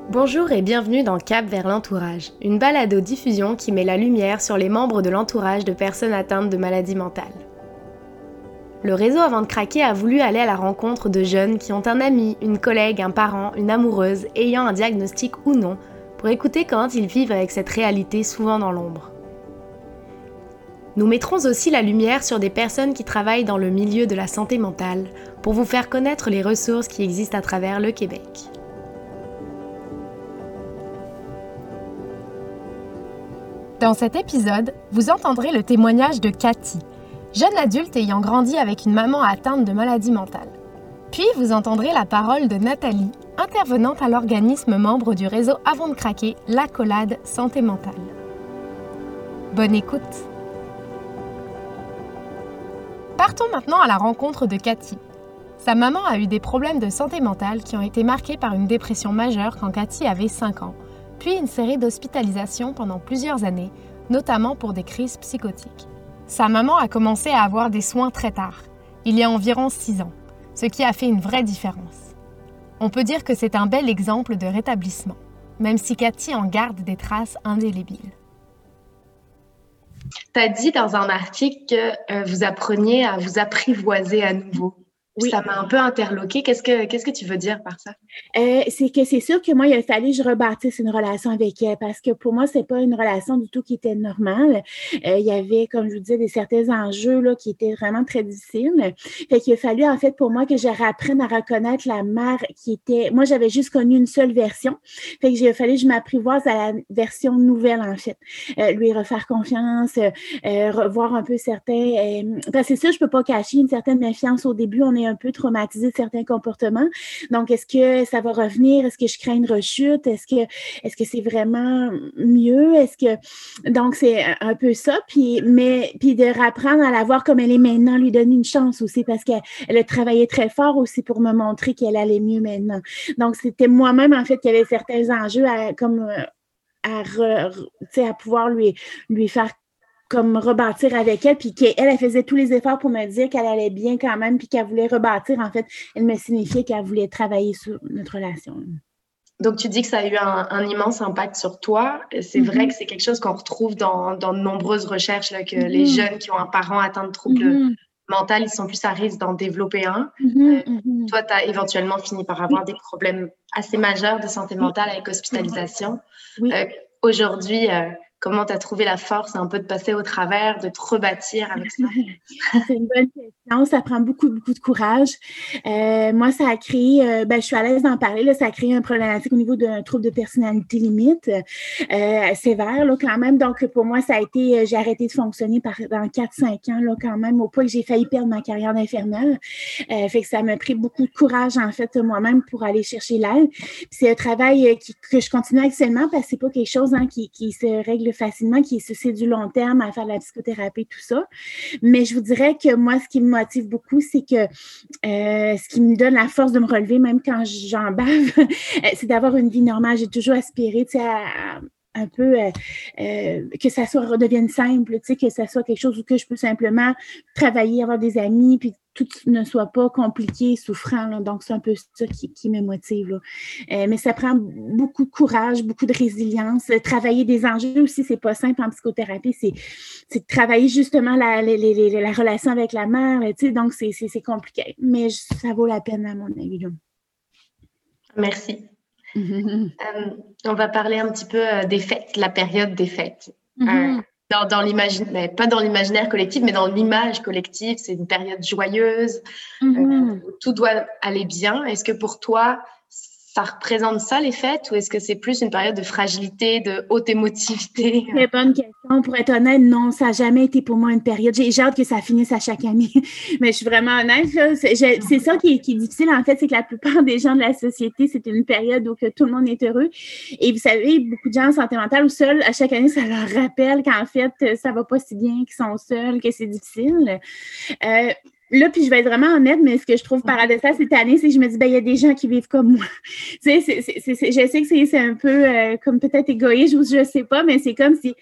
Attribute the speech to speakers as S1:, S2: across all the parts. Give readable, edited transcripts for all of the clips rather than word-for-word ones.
S1: Bonjour et bienvenue dans Cap vers l'entourage, une balado-diffusion qui met la lumière sur les membres de l'entourage de personnes atteintes de maladies mentales. Le réseau Avant de craquer a voulu aller à la rencontre de jeunes qui ont un ami, une collègue, un parent, une amoureuse ayant un diagnostic ou non, pour écouter comment ils vivent avec cette réalité souvent dans l'ombre. Nous mettrons aussi la lumière sur des personnes qui travaillent dans le milieu de la santé mentale pour vous faire connaître les ressources qui existent à travers le Québec. Dans cet épisode, vous entendrez le témoignage de Cathy, jeune adulte ayant grandi avec une maman atteinte de maladie mentale. Puis vous entendrez la parole de Nathalie, intervenante à l'organisme membre du réseau Avant de craquer, l'Accolade Santé mentale. Bonne écoute! Partons maintenant à la rencontre de Cathy. Sa maman a eu des problèmes de santé mentale qui ont été marqués par une dépression majeure quand Cathy avait 5 ans, puis une série d'hospitalisations pendant plusieurs années, notamment pour des crises psychotiques. Sa maman a commencé à avoir des soins très tard, il y a environ 6 ans, ce qui a fait une vraie différence. On peut dire que c'est un bel exemple de rétablissement, même si Cathy en garde des traces indélébiles.
S2: Tu as dit dans un article que vous appreniez à vous apprivoiser à nouveau.
S3: Oui.
S2: Ça m'a un peu interloquée. Qu'est-ce que tu veux dire par ça?
S3: C'est sûr que moi, il a fallu que je rebâtisse une relation avec elle parce que pour moi, c'est pas une relation du tout qui était normale. Il y avait, comme je vous disais, certains enjeux là, qui étaient vraiment très difficiles. Fait qu'il a fallu, en fait, pour moi, que je réapprenne à reconnaître la mère qui était... Moi, j'avais juste connu une seule version. Fait que il a fallu que je m'apprivoise à la version nouvelle, en fait. Lui refaire confiance, revoir un peu certains... parce que c'est ça, je peux pas cacher une certaine méfiance au début. On est un peu traumatisé de certains comportements. Donc, est-ce que ça va revenir? Est-ce que je crains une rechute? Est-ce que c'est vraiment mieux? Donc, c'est un peu ça. Puis de rapprendre à la voir comme elle est maintenant, lui donner une chance aussi parce qu'elle a travaillé très fort aussi pour me montrer qu'elle allait mieux maintenant. Donc, c'était moi-même, en fait, qui avait certains enjeux à pouvoir lui faire comme rebâtir avec elle, puis elle faisait tous les efforts pour me dire qu'elle allait bien quand même, puis qu'elle voulait rebâtir. En fait, elle me signifiait qu'elle voulait travailler sur notre relation.
S2: Donc, tu dis que ça a eu un immense impact sur toi. C'est vrai que c'est quelque chose qu'on retrouve dans de nombreuses recherches, là, que les jeunes qui ont un parent atteint de troubles mentaux, ils sont plus à risque d'en développer un. Toi, tu as éventuellement fini par avoir des problèmes assez majeurs de santé mentale avec hospitalisation.
S3: Oui.
S2: Aujourd'hui, comment tu as trouvé la force un peu de passer au travers, de te rebâtir avec ça?
S3: C'est une bonne question. Ça prend beaucoup, beaucoup de courage. Moi, ça a créé, je suis à l'aise d'en parler, là, ça a créé un problématique au niveau d'un trouble de personnalité limite sévère là, quand même. Donc, pour moi, ça a été, j'ai arrêté de fonctionner dans 4-5 ans là, quand même, au point que j'ai failli perdre ma carrière d'infirmière. Fait que ça m'a pris beaucoup de courage, en fait, moi-même, pour aller chercher l'aide. Puis c'est un travail que je continue actuellement parce que c'est pas quelque chose qui se règle facilement, c'est du long terme à faire de la psychothérapie, tout ça. Mais je vous dirais que moi, ce qui me motive beaucoup, c'est que ce qui me donne la force de me relever, même quand j'en bave, c'est d'avoir une vie normale. J'ai toujours aspiré, tu sais, un peu que ça redevienne simple, tu sais, que ça soit quelque chose où que je peux simplement travailler, avoir des amis, puis tout ne soit pas compliqué, souffrant. Là. Donc, c'est un peu ça qui me motive. Là. Mais ça prend beaucoup de courage, beaucoup de résilience. Travailler des enjeux aussi, c'est pas simple en psychothérapie. C'est de travailler justement la relation avec la mère. Tu sais, donc, c'est compliqué. Mais ça vaut la peine, à mon avis. Là.
S2: Merci. On va parler un petit peu des fêtes, la période des fêtes. Dans l'imaginaire, pas dans l'imaginaire collectif, mais dans l'image collective, c'est une période joyeuse, où tout doit aller bien. Est-ce que pour toi, ça représente ça, les fêtes, ou est-ce que c'est plus une période de fragilité, de haute émotivité?
S3: Très bonne question. Pour être honnête, non, ça n'a jamais été pour moi une période. J'ai hâte que ça finisse à chaque année. Mais je suis vraiment honnête. Là. C'est ça qui est difficile, en fait, c'est que la plupart des gens de la société, c'est une période où que tout le monde est heureux. Et vous savez, beaucoup de gens en santé mentale ou seuls, à chaque année, ça leur rappelle qu'en fait, ça ne va pas si bien, qu'ils sont seuls, que c'est difficile. Là, puis je vais être vraiment honnête, mais ce que je trouve paradoxal cette année, c'est que je me dis, il y a des gens qui vivent comme moi. Tu sais, je sais que c'est un peu comme peut-être égoïste, je sais pas, mais c'est comme si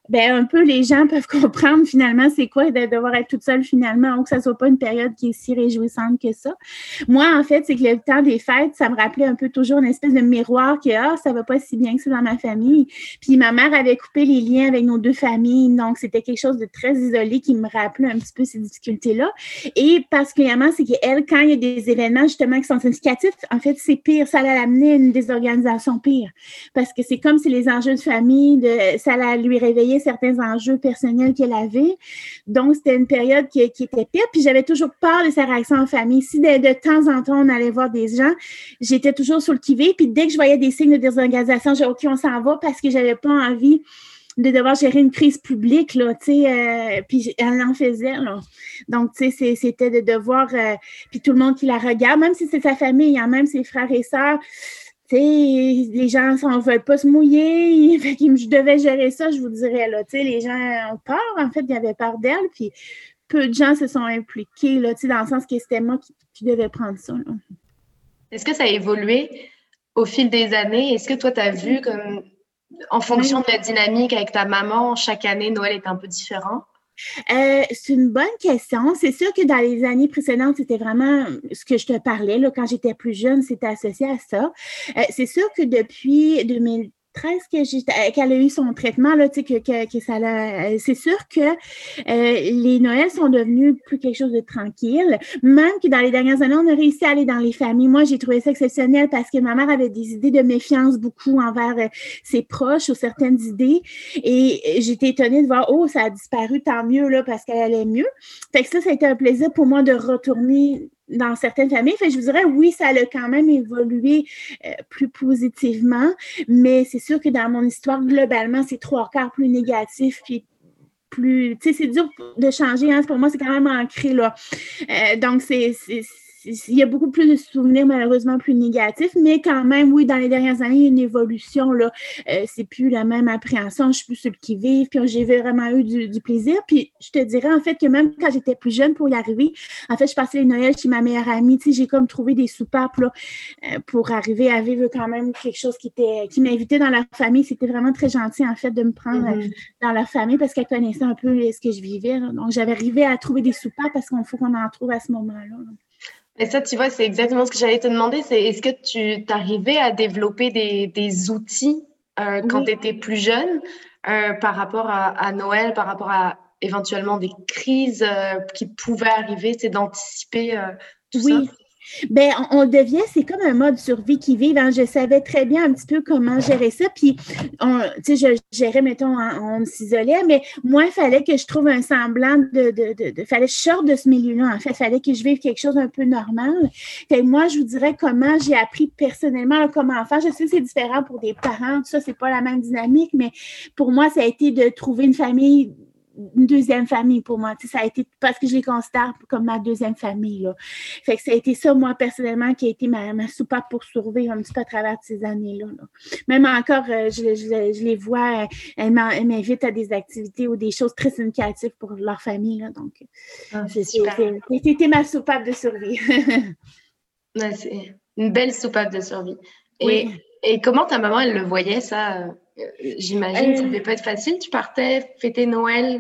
S3: Ben, un peu, les gens peuvent comprendre finalement c'est quoi de devoir être toute seule finalement, ou que ça soit pas une période qui est si réjouissante que ça. Moi, en fait, c'est que le temps des fêtes, ça me rappelait un peu toujours une espèce de miroir que, ça va pas si bien que ça dans ma famille. Puis ma mère avait coupé les liens avec nos deux familles, donc c'était quelque chose de très isolé qui me rappelait un petit peu ces difficultés-là. Et particulièrement, c'est qu'elle, quand il y a des événements justement qui sont significatifs, en fait, c'est pire, ça l'a amené à une désorganisation pire. Parce que c'est comme si les enjeux de famille, ça l'a lui réveillé certains enjeux personnels qu'elle avait. Donc, c'était une période qui était pire. Puis, j'avais toujours peur de sa réaction en famille. Si de temps en temps, on allait voir des gens, j'étais toujours sur le qui-vive. Puis, dès que je voyais des signes de désorganisation, j'ai dit, OK, on s'en va parce que j'avais pas envie de devoir gérer une crise publique, là, tu sais, puis elle en faisait, là. Donc, tu sais, c'était de devoir, puis tout le monde qui la regarde, même si c'est sa famille, hein, même ses frères et sœurs, tu sais, les gens ne veulent pas se mouiller, fait que je devais gérer ça, je vous dirais, là, tu sais, les gens ont peur, en fait, ils avaient peur d'elle, puis peu de gens se sont impliqués, là, tu sais, dans le sens que c'était moi qui devais prendre ça, là.
S2: Est-ce que ça a évolué au fil des années? Est-ce que toi, tu as vu comme, en fonction de la dynamique avec ta maman, chaque année, Noël est un peu différent?
S3: C'est une bonne question. C'est sûr que dans les années précédentes, c'était vraiment ce que je te parlais. Là, quand j'étais plus jeune, c'était associé à ça. C'est sûr que depuis 2013 qu'elle a eu son traitement, là, tu sais, que ça l'a. C'est sûr que les Noëls sont devenus plus quelque chose de tranquille. Même que dans les dernières années, on a réussi à aller dans les familles. Moi, j'ai trouvé ça exceptionnel parce que ma mère avait des idées de méfiance beaucoup envers ses proches ou certaines idées. Et j'étais étonnée de voir, ça a disparu, tant mieux, là, parce qu'elle allait mieux. Fait que ça a été un plaisir pour moi de retourner dans certaines familles. Fait que je vous dirais, oui, ça a quand même évolué plus positivement, mais c'est sûr que dans mon histoire, globalement, c'est 3/4 plus négatif, puis plus... Tu sais, c'est dur de changer, hein, pour moi, c'est quand même ancré, là. Donc, il y a beaucoup plus de souvenirs, malheureusement, plus négatifs, mais quand même, oui, dans les dernières années, il y a une évolution, là. C'est plus la même appréhension, je suis plus sur le qui-vive, puis j'ai vraiment eu du plaisir. Puis je te dirais, en fait, que même quand j'étais plus jeune pour y arriver, en fait, je passais les Noëls chez ma meilleure amie, tu sais, j'ai comme trouvé des soupapes, là, pour arriver à vivre quand même quelque chose qui m'invitait dans leur famille. C'était vraiment très gentil, en fait, de me prendre dans leur famille parce qu'elle connaissait un peu ce que je vivais, là. Donc, j'avais arrivé à trouver des soupapes parce qu'il faut qu'on en trouve à ce moment-là, là.
S2: Et ça, tu vois, c'est exactement ce que j'allais te demander. C'est est-ce que tu t'arrivais à développer des outils quand tu étais plus jeune par rapport à Noël, par rapport à éventuellement des crises qui pouvaient arriver, c'est d'anticiper tout ça?
S3: Ben, on devient, c'est comme un mode survie qui vive. Hein. Je savais très bien un petit peu comment gérer ça. Puis, tu sais, je gérais, mettons, on s'isolait, mais moi, il fallait que je trouve un semblant fallait que je sorte de ce milieu-là. En fait, il fallait que je vive quelque chose d'un peu normal. Fait que moi, je vous dirais comment j'ai appris personnellement là, comment faire. Je sais que c'est différent pour des parents, tout ça, c'est pas la même dynamique, mais pour moi, ça a été de trouver une famille, une deuxième famille pour moi. Tu sais, ça a été parce que je les considère comme ma deuxième famille, là. Fait que ça a été ça, moi, personnellement, qui a été ma soupape pour survivre un petit peu à travers ces années-là, là. Même encore, je les vois, elles m'invitent à des activités ou des choses très significatives pour leur famille, là. Donc, c'était ma soupape de survie.
S2: Ouais, c'est une belle soupape de survie.
S3: Oui.
S2: Et comment ta maman, elle le voyait, ça? J'imagine que ça ne devait pas être facile. Tu partais fêter Noël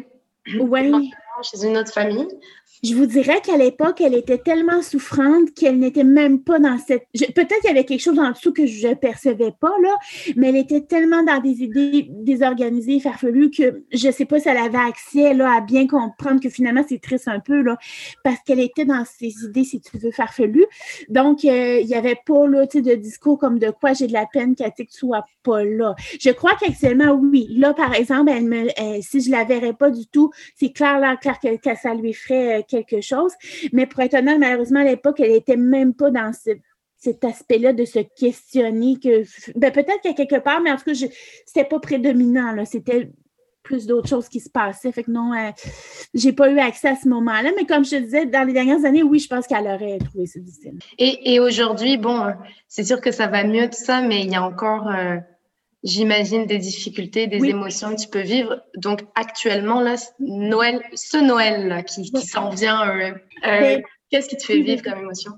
S2: chez une autre famille.
S3: Je vous dirais qu'à l'époque, elle était tellement souffrante qu'elle n'était même pas dans cette... Peut-être qu'il y avait quelque chose en dessous que je ne percevais pas, là, mais elle était tellement dans des idées désorganisées, farfelues, que je ne sais pas si elle avait accès là, à bien comprendre que finalement, c'est triste un peu, là, parce qu'elle était dans ses idées, si tu veux, farfelues. Donc, il n'y avait pas là, de discours comme de quoi j'ai de la peine qu'elle ne soit pas là. Je crois qu'actuellement, oui. Là, par exemple, si je ne la verrais pas du tout, c'est clair que ça lui ferait quelque chose. Mais pour être honnête, malheureusement, à l'époque, elle n'était même pas dans cet aspect-là de se questionner. Peut-être qu'à quelque part, mais en tout cas, c'était pas prédominant, là. C'était plus d'autres choses qui se passaient. Fait que non, j'ai pas eu accès à ce moment-là. Mais comme je te disais, dans les dernières années, oui, je pense qu'elle aurait trouvé ça difficile.
S2: Et aujourd'hui, bon, c'est sûr que ça va mieux, tout ça, mais il y a encore... j'imagine des difficultés, des émotions que tu peux vivre. Donc, actuellement, là, ce Noël là, qui s'en vient, qu'est-ce qui te fait vivre comme émotion?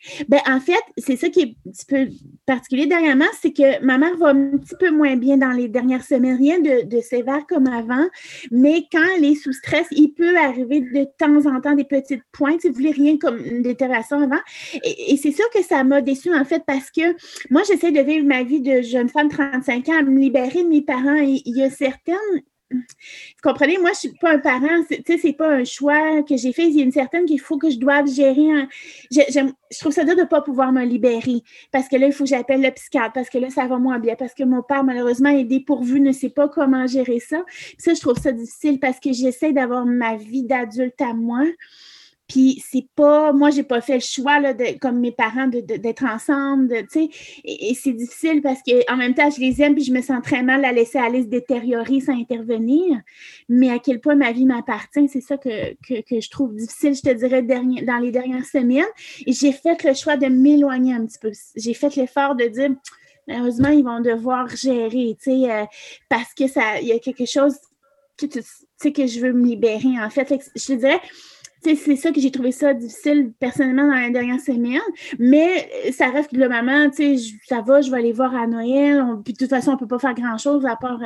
S3: Ben, en fait, c'est ça qui est un petit peu particulier dernièrement, c'est que ma mère va un petit peu moins bien dans les dernières semaines, rien de sévère comme avant, mais quand elle est sous stress, il peut arriver de temps en temps des petites pointes, si vous voulez, rien comme une détérioration avant. Et c'est sûr que ça m'a déçue, en fait, parce que moi, j'essaie de vivre ma vie de jeune femme de 35 ans, à me libérer de mes parents. Et il y a certaines... Vous comprenez, moi, je ne suis pas un parent, c'est pas un choix que j'ai fait. Il y a une certaine qu'il faut que je doive gérer. Je trouve ça dur de ne pas pouvoir me libérer parce que là, il faut que j'appelle le psychiatre, parce que là, ça va moins bien, parce que mon père, malheureusement, est dépourvu, ne sait pas comment gérer ça. Puis ça, je trouve ça difficile parce que j'essaie d'avoir ma vie d'adulte à moi. Puis c'est pas, moi, j'ai pas fait le choix, là, comme mes parents, d'être ensemble, tu sais, et c'est difficile parce qu'en même temps, je les aime puis je me sens très mal à laisser aller se détériorer sans intervenir, mais à quel point ma vie m'appartient, c'est ça que je trouve difficile, je te dirais, dans les dernières semaines, et j'ai fait le choix de m'éloigner un petit peu. J'ai fait l'effort de dire, malheureusement, ils vont devoir gérer, tu sais, parce que il y a quelque chose que tu sais que je veux me libérer, en fait je te dirais, c'est ça que j'ai trouvé ça difficile personnellement dans la dernière semaine, mais ça reste que globalement, ça va, je vais aller voir à Noël, puis de toute façon, on ne peut pas faire grand-chose à part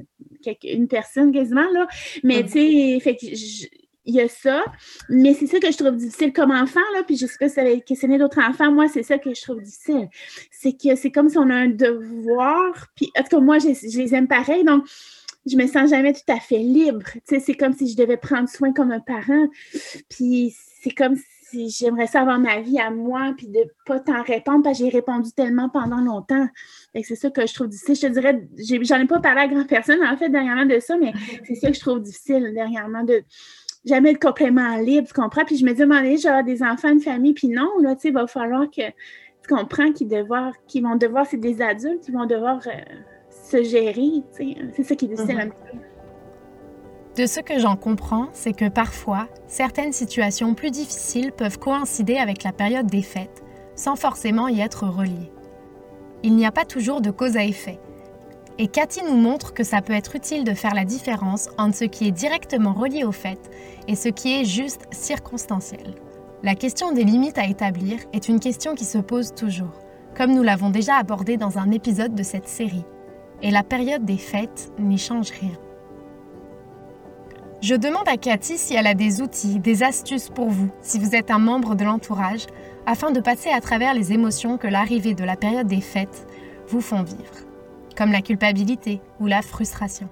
S3: une personne quasiment, là, mais tu sais, fait que il y a ça, mais c'est ça que je trouve difficile comme enfant, là, puis je ne sais pas si ça va questionner d'autres enfants, moi, c'est ça que je trouve difficile, c'est que c'est comme si on a un devoir, puis en tout cas, moi, je les aime pareil, donc je me sens jamais tout à fait libre. Tu sais, c'est comme si je devais prendre soin comme un parent. Puis c'est comme si j'aimerais ça avoir ma vie à moi puis de pas t'en répondre parce que j'ai répondu tellement pendant longtemps. Et c'est ça que je trouve difficile. Je te dirais, j'en ai pas parlé à grande personne en fait dernièrement de ça, mais c'est ça que je trouve difficile dernièrement de jamais être complètement libre, tu comprends? Puis je me dis, à un moment donné, j'aurai des enfants, une famille, puis non, là, tu sais, il va falloir que tu comprends qu'ils vont devoir, c'est des adultes, qui vont devoir se gérer, tu sais. C'est ça qui est difficile un petit peu.
S1: De ce que j'en comprends, c'est que parfois, certaines situations plus difficiles peuvent coïncider avec la période des fêtes, sans forcément y être reliées. Il n'y a pas toujours de cause à effet. Et Cathy nous montre que ça peut être utile de faire la différence entre ce qui est directement relié aux fêtes et ce qui est juste circonstanciel. La question des limites à établir est une question qui se pose toujours, comme nous l'avons déjà abordé dans un épisode de cette série. Et la période des fêtes n'y change rien. Je demande à Cathy si elle a des outils, des astuces pour vous, si vous êtes un membre de l'entourage, afin de passer à travers les émotions que l'arrivée de la période des fêtes vous font vivre, comme la culpabilité ou la frustration.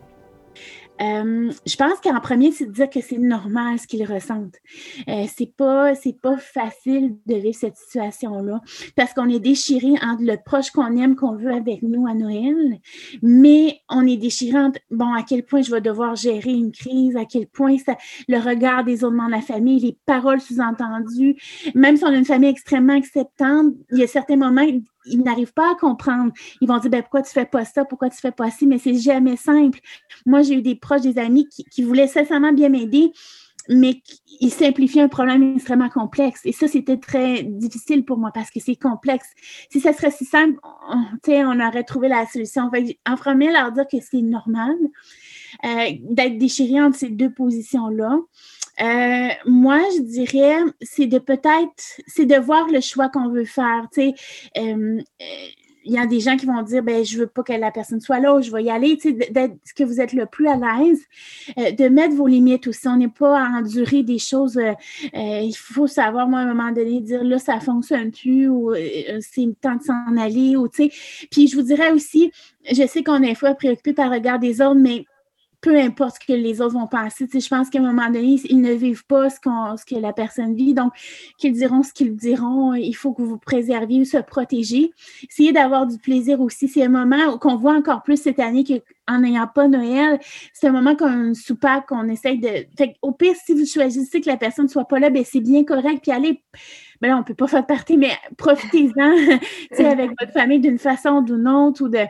S3: Je pense qu'en premier, c'est de dire que c'est normal ce qu'ils ressentent. C'est pas facile de vivre cette situation-là parce qu'on est déchiré entre le proche qu'on aime, qu'on veut avec nous à Noël, mais on est déchiré entre, à quel point je vais devoir gérer une crise, à quel point le regard des autres membres de la famille, les paroles sous-entendues, même si on a une famille extrêmement acceptante, il y a certains moments ils n'arrivent pas à comprendre. Ils vont dire, pourquoi tu fais pas ça? Pourquoi tu fais pas ci? Mais c'est jamais simple. Moi, j'ai eu des proches, des amis qui voulaient sincèrement bien m'aider, mais ils simplifient un problème extrêmement complexe. Et ça, c'était très difficile pour moi parce que c'est complexe. Si ça serait si simple, on aurait trouvé la solution. Fait, en premier, leur dire que c'est normal d'être déchiré entre ces deux positions-là. Moi, je dirais, c'est de voir le choix qu'on veut faire. Il y a des gens qui vont dire, je veux pas que la personne soit là, ou je vais y aller, d'être ce que vous êtes le plus à l'aise, de mettre vos limites aussi. On n'est pas à endurer des choses. Il faut savoir, moi, à un moment donné, dire là, ça fonctionne plus, ou c'est le temps de s'en aller, ou Puis je vous dirais aussi, je sais qu'on est des fois préoccupé par le regard des autres, mais peu importe ce que les autres vont penser. Je pense qu'à un moment donné, ils ne vivent pas ce que la personne vit. Donc, qu'ils diront ce qu'ils diront, il faut que vous préserviez ou se protéger. Essayez d'avoir du plaisir aussi. C'est un moment qu'on voit encore plus cette année qu'en n'ayant pas Noël. C'est un moment qu'on soupape, qu'on essaye de... Fait au pire, si vous choisissez que la personne ne soit pas là, c'est bien correct. Puis allez... là, on ne peut pas faire partie, mais profitez-en avec votre famille d'une façon ou d'une autre, ou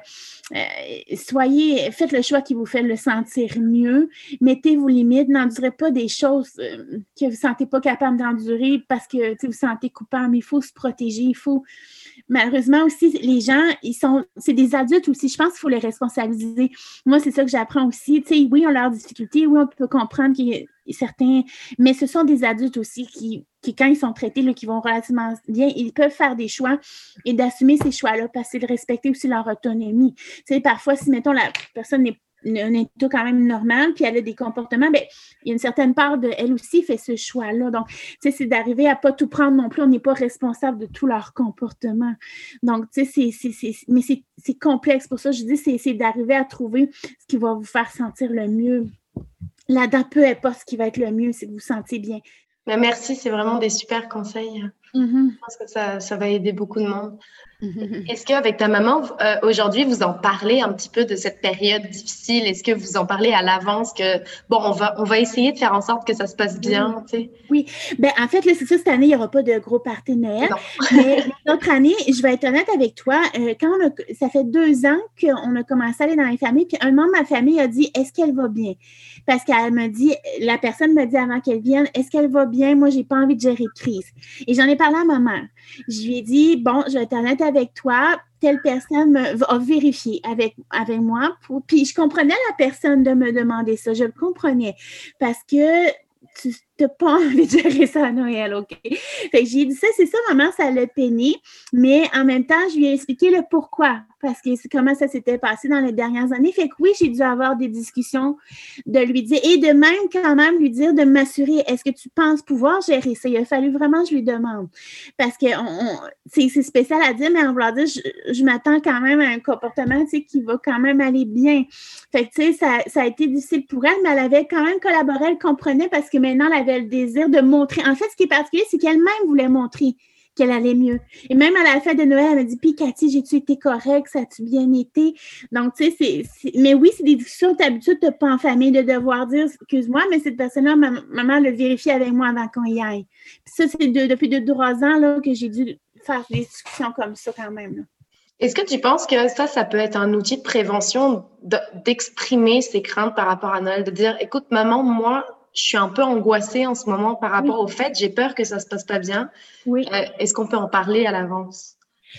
S3: faites le choix qui vous fait le sentir mieux. Mettez vos limites, n'endurez pas des choses que vous ne sentez pas capable d'endurer parce que vous vous sentez coupable. Il faut se protéger, il faut... Malheureusement aussi, les gens, c'est des adultes aussi. Je pense qu'il faut les responsabiliser. Moi, c'est ça que j'apprends aussi. Oui, on a leurs difficultés. Oui, on peut comprendre qu'ils certains, mais ce sont des adultes aussi qui quand ils sont traités, là, qui vont relativement bien, ils peuvent faire des choix et d'assumer ces choix-là parce que c'est de respecter aussi leur autonomie. Tu sais, parfois, si, mettons, la personne n'est un état quand même normal, puis elle a des comportements, bien, il y a une certaine part de elle aussi fait ce choix-là. Donc, tu sais, c'est d'arriver à pas tout prendre non plus. On n'est pas responsable de tout leur comportement. Donc, tu sais, mais c'est complexe. Pour ça, je dis, c'est d'arriver à trouver ce qui va vous faire sentir le mieux. Là-dedans, peu importe ce qui va être le mieux, c'est que vous vous sentez bien.
S2: Mais merci, c'est vraiment des super conseils.
S3: Mm-hmm.
S2: Je pense que ça va aider beaucoup de monde. Est-ce qu'avec ta maman, aujourd'hui, vous en parlez un petit peu de cette période difficile? Est-ce que vous en parlez à l'avance que, bon, on va essayer de faire en sorte que ça se passe bien, tu sais?
S3: Oui. Ben, en fait, là, c'est ça, cette année, il n'y aura pas de gros party de Noël. Mais l'autre année, je vais être honnête avec toi, ça fait 2 ans qu'on a commencé à aller dans les familles, puis un membre de ma famille a dit, est-ce qu'elle va bien? Parce qu'elle me dit, la personne me dit avant qu'elle vienne, est-ce qu'elle va bien? Moi, j'ai pas envie de gérer de crise. Et j'en ai parlé à ma mère. Je lui ai dit, bon, je vais être honnête avec toi, telle personne a vérifié avec moi. Puis je comprenais la personne de me demander ça. Je le comprenais. Parce que tu n'as pas envie de gérer ça à Noël, OK? Fait que j'ai dit ça, c'est ça, maman, ça l'a peiné. Mais en même temps, je lui ai expliqué le pourquoi. Parce que c'est comment ça s'était passé dans les dernières années. Fait que oui, j'ai dû avoir des discussions de lui dire, et de même, quand même, lui dire, de m'assurer, est-ce que tu penses pouvoir gérer ça? Il a fallu vraiment que je lui demande. Parce que c'est spécial à dire, mais en voulant dire, je m'attends quand même à un comportement, tu sais, qui va quand même aller bien. Fait que, tu sais, ça a été difficile pour elle, mais elle avait quand même collaboré, elle comprenait parce que maintenant, elle avait le désir de montrer. En fait, ce qui est particulier, c'est qu'elle-même voulait montrer qu'elle allait mieux. Et même à la fête de Noël, elle m'a dit, puis Cathy, j'ai-tu été correcte? Ça a-tu bien été? Donc, tu sais, mais oui, c'est des discussions, tu as l'habitude de pas en famille, de devoir dire, excuse-moi, mais cette personne-là, maman l'a vérifié avec moi avant qu'on y aille. Puis ça, c'est depuis 2-3 ans là, que j'ai dû faire des discussions comme ça quand même, là.
S2: Est-ce que tu penses que ça peut être un outil de prévention d'exprimer ses craintes par rapport à Noël, de dire, écoute, maman, moi, je suis un peu angoissée en ce moment par rapport au fait, j'ai peur que ça se passe pas bien.
S3: Oui.
S2: Est-ce qu'on peut en parler à l'avance?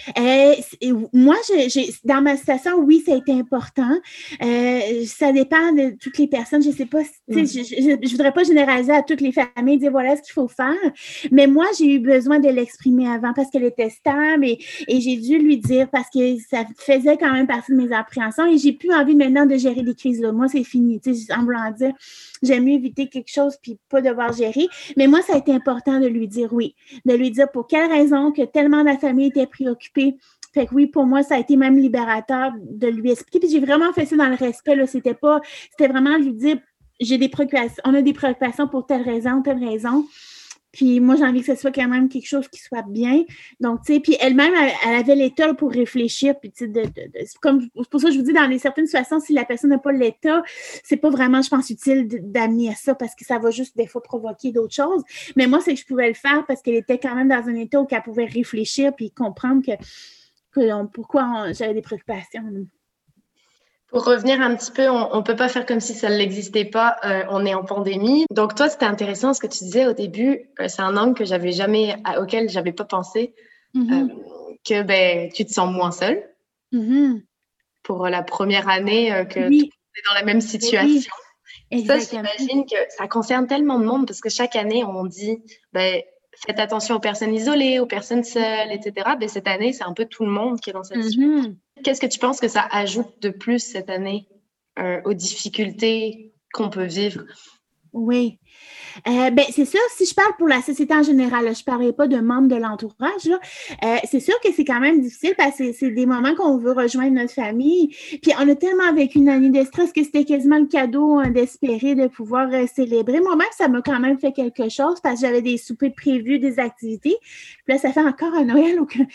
S3: Moi, dans ma situation, oui, ça a été important. Ça dépend de toutes les personnes. Je ne sais pas, je voudrais pas généraliser à toutes les familles, dire voilà ce qu'il faut faire. Mais moi, j'ai eu besoin de l'exprimer avant parce qu'elle était stable et j'ai dû lui dire parce que ça faisait quand même partie de mes appréhensions et j'ai plus envie maintenant de gérer des crises là. Moi, c'est fini. En voulant dire, j'aime mieux éviter quelque chose puis pas devoir gérer. Mais moi, ça a été important de lui dire oui, de lui dire pour quelle raison que tellement de la famille était préoccupée. Fait que oui, pour moi, ça a été même libérateur de lui expliquer. Puis j'ai vraiment fait ça dans le respect. Là. C'était vraiment lui dire, j'ai des préoccupations, on a des préoccupations pour telle raison. Puis moi, j'ai envie que ce soit quand même quelque chose qui soit bien. Donc, tu sais, puis elle-même, elle avait l'état pour réfléchir. Puis, tu sais, c'est pour ça que je vous dis, dans certaines situations, si la personne n'a pas l'état, c'est pas vraiment, je pense, utile d'amener à ça parce que ça va juste, des fois, provoquer d'autres choses. Mais moi, c'est que je pouvais le faire parce qu'elle était quand même dans un état où elle pouvait réfléchir puis comprendre pourquoi j'avais des préoccupations.
S2: Pour revenir un petit peu, on ne peut pas faire comme si ça n'existait pas. On est en pandémie. Donc, toi, c'était intéressant ce que tu disais au début. C'est un angle auquel je n'avais pas pensé. Que tu te sens moins seule pour la première année que tu es dans la même situation. Oui. Ça, j'imagine que ça concerne tellement de monde parce que chaque année, on dit faites attention aux personnes isolées, aux personnes seules, etc. Cette année, c'est un peu tout le monde qui est dans cette situation. Qu'est-ce que tu penses que ça ajoute de plus cette année aux difficultés qu'on peut vivre?
S3: Oui. C'est sûr, si je parle pour la société en général, là, je ne parlerai pas de membres de l'entourage. C'est sûr que c'est quand même difficile parce que c'est des moments qu'on veut rejoindre notre famille. Puis on a tellement vécu une année de stress que c'était quasiment le cadeau d'espérer de pouvoir célébrer. Moi-même, ça m'a quand même fait quelque chose parce que j'avais des soupers prévus, des activités. Puis là, ça fait encore un Noël.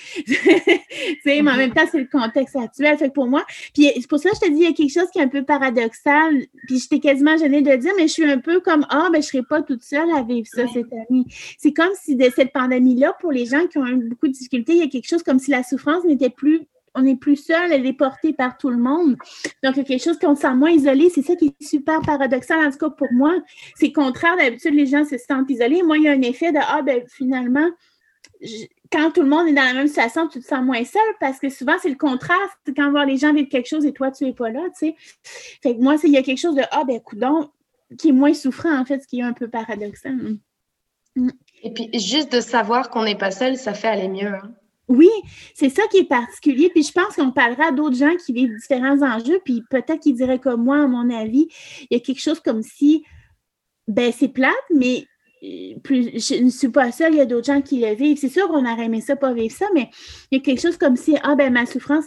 S3: Mais en même temps, c'est le contexte actuel. Fait que pour moi, puis c'est pour ça que je te dis, il y a quelque chose qui est un peu paradoxal. Puis j'étais quasiment gênée de le dire, mais je suis un peu comme, je ne serai pas toute seule à vivre ça cette année. C'est comme si de cette pandémie-là, pour les gens qui ont eu beaucoup de difficultés, il y a quelque chose comme si la souffrance n'était plus, on n'est plus seul, elle est portée par tout le monde. Donc, il y a quelque chose qu'on se sent moins isolé. C'est ça qui est super paradoxal, en tout cas pour moi. C'est contraire, d'habitude, les gens se sentent isolés. Moi, il y a un effet de, finalement, quand tout le monde est dans la même situation, tu te sens moins seul parce que souvent, c'est le contraire. C'est quand voir les gens vivre quelque chose et toi, tu n'es pas là, tu sais. Fait que moi, il y a quelque chose de, coudonc, qui est moins souffrant, en fait, ce qui est un peu paradoxal.
S2: Et puis, juste de savoir qu'on n'est pas seul, ça fait aller mieux. Hein.
S3: Oui, c'est ça qui est particulier. Puis je pense qu'on parlera à d'autres gens qui vivent différents enjeux, puis peut-être qu'ils diraient comme moi, à mon avis, il y a quelque chose comme si, c'est plate, mais je ne suis pas seule, il y a d'autres gens qui le vivent. C'est sûr qu'on aurait aimé ça, pas vivre ça, mais il y a quelque chose comme si, ma souffrance,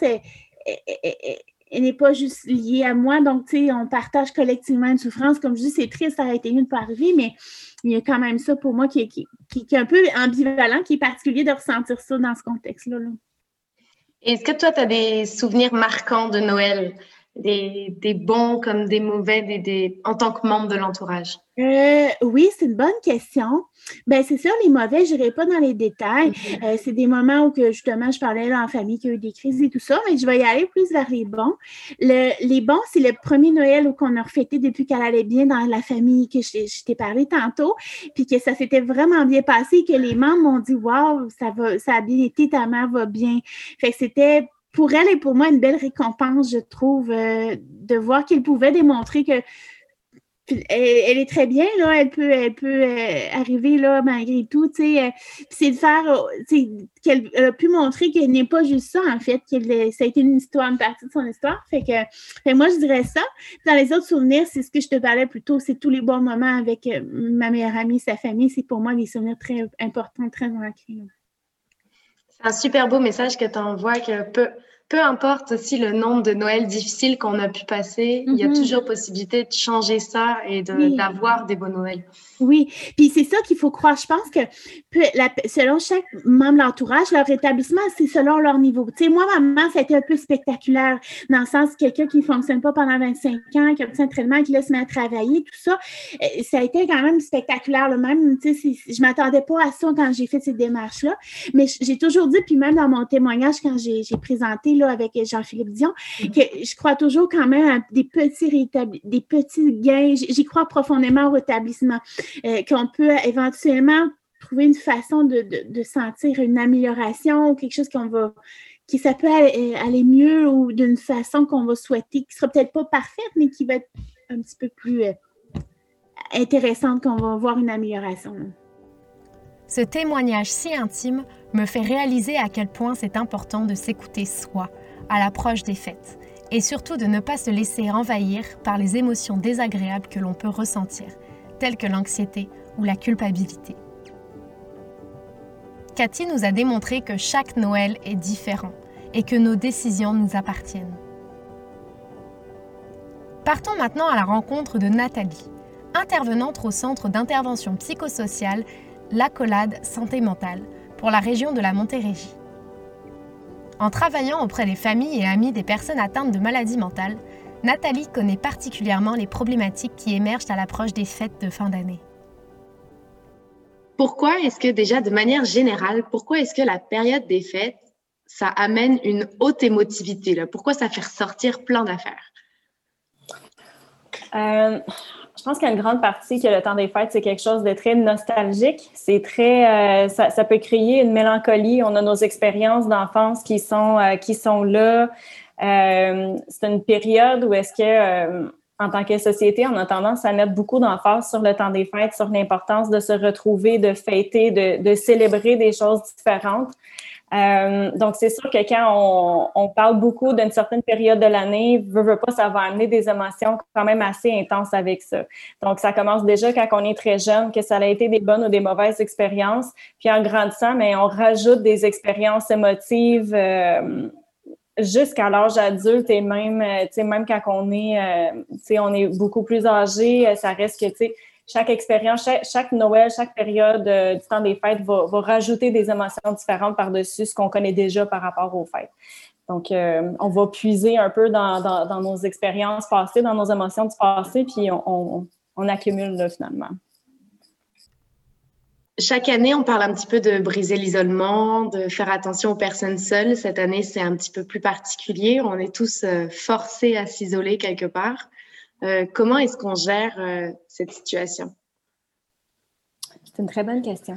S3: elle n'est pas juste liée à moi. Donc, tu sais, on partage collectivement une souffrance. Comme je dis, c'est triste, ça aurait été mieux de ne pas arriver, mais il y a quand même ça pour moi qui est un peu ambivalent, qui est particulier de ressentir ça dans ce contexte-là. Là.
S2: Est-ce que toi, tu as des souvenirs marquants de Noël, des bons comme des mauvais, en tant que membre de l'entourage?
S3: Oui, c'est une bonne question. C'est sûr, les mauvais, je n'irai pas dans les détails. C'est des moments où que, justement, je parlais là, en famille qu'il y a eu des crises et tout ça, mais je vais y aller plus vers les bons. Les bons, c'est le premier Noël qu'on a refêté depuis qu'elle allait bien dans la famille que je t'ai parlé tantôt, puis que ça s'était vraiment bien passé, que les membres m'ont dit « Wow, ça a bien été, ta mère va bien ». Fait que c'était pour elle et pour moi une belle récompense, je trouve, de voir qu'elle pouvait démontrer que elle est très bien, là, elle peut arriver là malgré tout, tu sais, c'est de faire, qu'elle a pu montrer qu'elle n'est pas juste ça, en fait, ça a été une partie de son histoire, fait que moi, je dirais ça. Dans les autres souvenirs, c'est ce que je te parlais plus tôt, c'est tous les bons moments avec ma meilleure amie, sa famille, c'est pour moi des souvenirs très importants, très ancrés.
S2: C'est un super beau message que tu envoies, que peu importe aussi le nombre de Noëls difficiles qu'on a pu passer, il y a toujours possibilité de changer ça et d'avoir des beaux Noëls.
S3: Oui, puis c'est ça qu'il faut croire. Je pense que selon chaque membre de l'entourage, leur établissement, c'est selon leur niveau. Tu sais, moi, maman, ça a été un peu spectaculaire, dans le sens quelqu'un qui ne fonctionne pas pendant 25 ans, qui a un entraînement, qui là se met à travailler, tout ça, ça a été quand même spectaculaire. Là. Même, tu sais, je ne m'attendais pas à ça quand j'ai fait ces démarches-là, mais j'ai toujours dit, puis même dans mon témoignage, quand j'ai présenté là, avec Jean-Philippe Dion, que je crois toujours quand même à des petits gains. J'y crois profondément au rétablissement. Qu'on peut éventuellement trouver une façon de sentir une amélioration ou quelque chose ça peut aller mieux ou d'une façon qu'on va souhaiter, qui ne sera peut-être pas parfaite, mais qui va être un petit peu plus intéressante, qu'on va voir une amélioration.
S1: Ce témoignage si intime me fait réaliser à quel point c'est important de s'écouter soi à l'approche des fêtes et surtout de ne pas se laisser envahir par les émotions désagréables que l'on peut ressentir, telles que l'anxiété ou la culpabilité. Cathy nous a démontré que chaque Noël est différent et que nos décisions nous appartiennent. Partons maintenant à la rencontre de Nathalie, intervenante au Centre d'intervention psychosociale L'Accolade Santé Mentale pour la région de la Montérégie. En travaillant auprès des familles et amis des personnes atteintes de maladies mentales, Nathalie connaît particulièrement les problématiques qui émergent à l'approche des fêtes de fin d'année.
S2: Pourquoi est-ce que déjà, de manière générale, pourquoi est-ce que la période des fêtes, ça amène une haute émotivité là? Pourquoi ça fait ressortir plein d'affaires?
S4: Je pense qu'il y a une grande partie que le temps des fêtes, c'est quelque chose de très nostalgique. C'est très, ça peut créer une mélancolie. On a nos expériences d'enfance qui sont là. C'est une période où est-ce que, en tant que société, on a tendance à mettre beaucoup d'emphase sur le temps des fêtes, sur l'importance de se retrouver, de fêter, de célébrer des choses différentes. Donc, c'est sûr que quand on parle beaucoup d'une certaine période de l'année, veut pas, ça va amener des émotions quand même assez intenses avec ça. Donc, ça commence déjà quand on est très jeune, que ça a été des bonnes ou des mauvaises expériences. Puis en grandissant, mais on rajoute des expériences émotives jusqu'à l'âge adulte et même, même quand on est beaucoup plus âgé, ça reste que, chaque expérience, chaque Noël, chaque période du temps des fêtes va rajouter des émotions différentes par-dessus ce qu'on connaît déjà par rapport aux fêtes. Donc, on va puiser un peu dans nos expériences passées, dans nos émotions du passé, puis on accumule là, finalement.
S2: Chaque année, on parle un petit peu de briser l'isolement, de faire attention aux personnes seules. Cette année, c'est un petit peu plus particulier. On est tous forcés à s'isoler quelque part. Comment est-ce qu'on gère cette situation?
S4: C'est une très bonne question.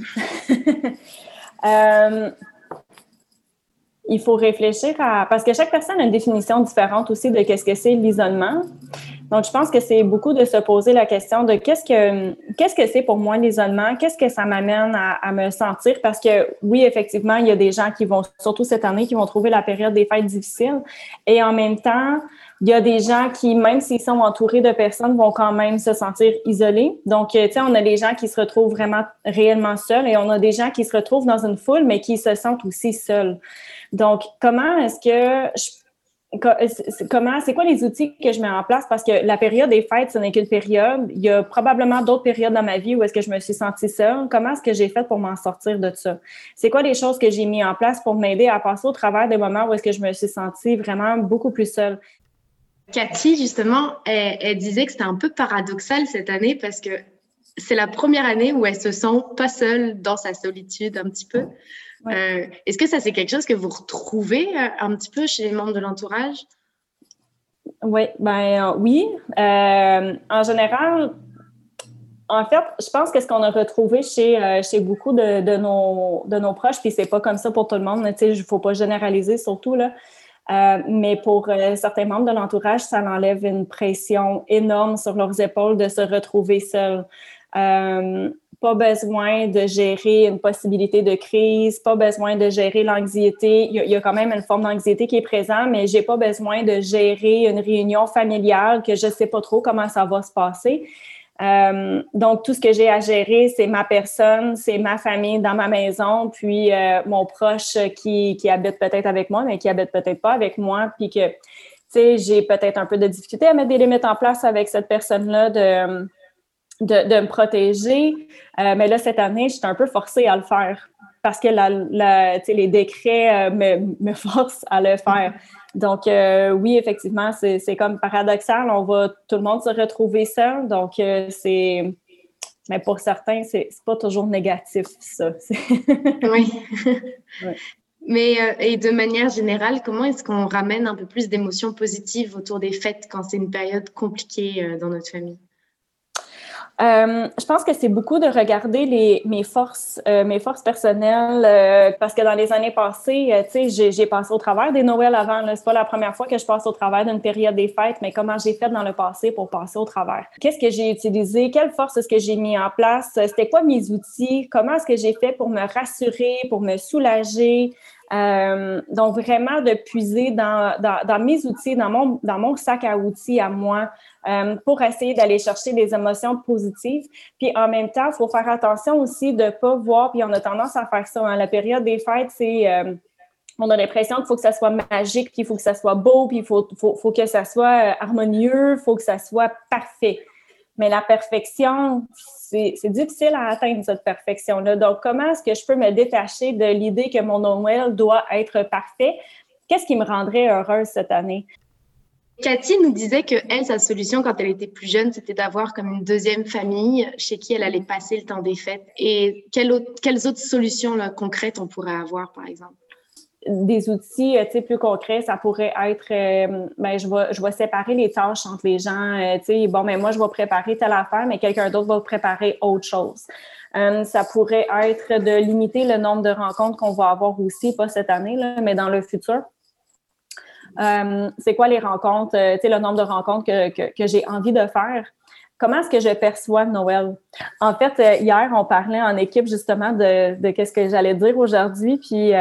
S4: Il faut réfléchir parce que chaque personne a une définition différente aussi de qu'est-ce que c'est l'isolement. Donc, je pense que c'est beaucoup de se poser la question de qu'est-ce que c'est pour moi l'isolement? Qu'est-ce que ça m'amène à me sentir? Parce que oui, effectivement, il y a des gens qui vont, surtout cette année, qui vont trouver la période des fêtes difficile. Et en même temps, il y a des gens qui, même s'ils sont entourés de personnes, vont quand même se sentir isolés. Donc, tu sais, on a des gens qui se retrouvent vraiment réellement seuls et on a des gens qui se retrouvent dans une foule, mais qui se sentent aussi seuls. Donc, comment est-ce que c'est quoi les outils que je mets en place? Parce que la période des fêtes, ce n'est qu'une période. Il y a probablement d'autres périodes dans ma vie où est-ce que je me suis sentie seule. Comment est-ce que j'ai fait pour m'en sortir de ça? C'est quoi les choses que j'ai mis en place pour m'aider à passer au travers des moments où est-ce que je me suis sentie vraiment beaucoup plus seule?
S2: Cathy, justement, elle disait que c'était un peu paradoxal cette année parce que c'est la première année où elle se sent pas seule dans sa solitude un petit peu. Ouais. Est-ce que ça, c'est quelque chose que vous retrouvez un petit peu chez les membres de l'entourage?
S4: Oui, oui. En général, en fait, je pense que ce qu'on a retrouvé chez beaucoup de nos proches, puis c'est pas comme ça pour tout le monde, tu sais, il faut pas généraliser surtout, là. Mais pour certains membres de l'entourage, ça enlève une pression énorme sur leurs épaules de se retrouver seuls. Pas besoin de gérer une possibilité de crise, pas besoin de gérer l'anxiété. Il y a quand même une forme d'anxiété qui est présente, mais j'ai pas besoin de gérer une réunion familiale que je sais pas trop comment ça va se passer. Donc, tout ce que j'ai à gérer, c'est ma personne, c'est ma famille dans ma maison, puis mon proche qui habite peut-être avec moi, mais qui habite peut-être pas avec moi, puis que, tu sais, j'ai peut-être un peu de difficulté à mettre des limites en place avec cette personne-là de me protéger. Mais là, cette année, j'étais un peu forcée à le faire parce que les décrets me forcent à le faire. Donc, oui, effectivement, c'est comme paradoxal. On va tout le monde se retrouver seul. Donc, mais pour certains, c'est pas toujours négatif, ça.
S2: Oui. Ouais. Mais et de manière générale, comment est-ce qu'on ramène un peu plus d'émotions positives autour des fêtes quand c'est une période compliquée dans notre famille?
S4: Je pense que c'est beaucoup de regarder mes forces personnelles, parce que dans les années passées, tu sais, j'ai passé au travers des Noëls avant. Là, c'est pas la première fois que je passe au travers d'une période des fêtes, mais comment j'ai fait dans le passé pour passer au travers? Qu'est-ce que j'ai utilisé? Quelle force est-ce que j'ai mis en place? C'était quoi mes outils? Comment est-ce que j'ai fait pour me rassurer, pour me soulager? Donc, vraiment de puiser dans mes outils, dans mon sac à outils à moi, pour essayer d'aller chercher des émotions positives. Puis, en même temps, il faut faire attention aussi de ne pas voir, puis on a tendance à faire ça. Hein, la période des fêtes, c'est... on a l'impression qu'il faut que ça soit magique, puis il faut que ça soit beau, puis il faut que ça soit harmonieux, il faut que ça soit parfait. Mais la perfection, c'est difficile à atteindre, cette perfection-là. Donc, comment est-ce que je peux me détacher de l'idée que mon Noël doit être parfait? Qu'est-ce qui me rendrait heureuse cette année?
S2: Cathy nous disait que elle, sa solution quand elle était plus jeune, c'était d'avoir comme une deuxième famille chez qui elle allait passer le temps des fêtes. Et quelles autres solutions là, concrètes on pourrait avoir, par exemple?
S4: Des outils plus concrets, ça pourrait être je vais séparer les tâches entre les gens. Moi, je vais préparer telle affaire, mais quelqu'un d'autre va préparer autre chose. Ça pourrait être de limiter le nombre de rencontres qu'on va avoir aussi, pas cette année, là, mais dans le futur. C'est quoi les rencontres, le nombre de rencontres que j'ai envie de faire? Comment est-ce que je perçois Noël? En fait, hier, on parlait en équipe justement de qu'est-ce que j'allais dire aujourd'hui, puis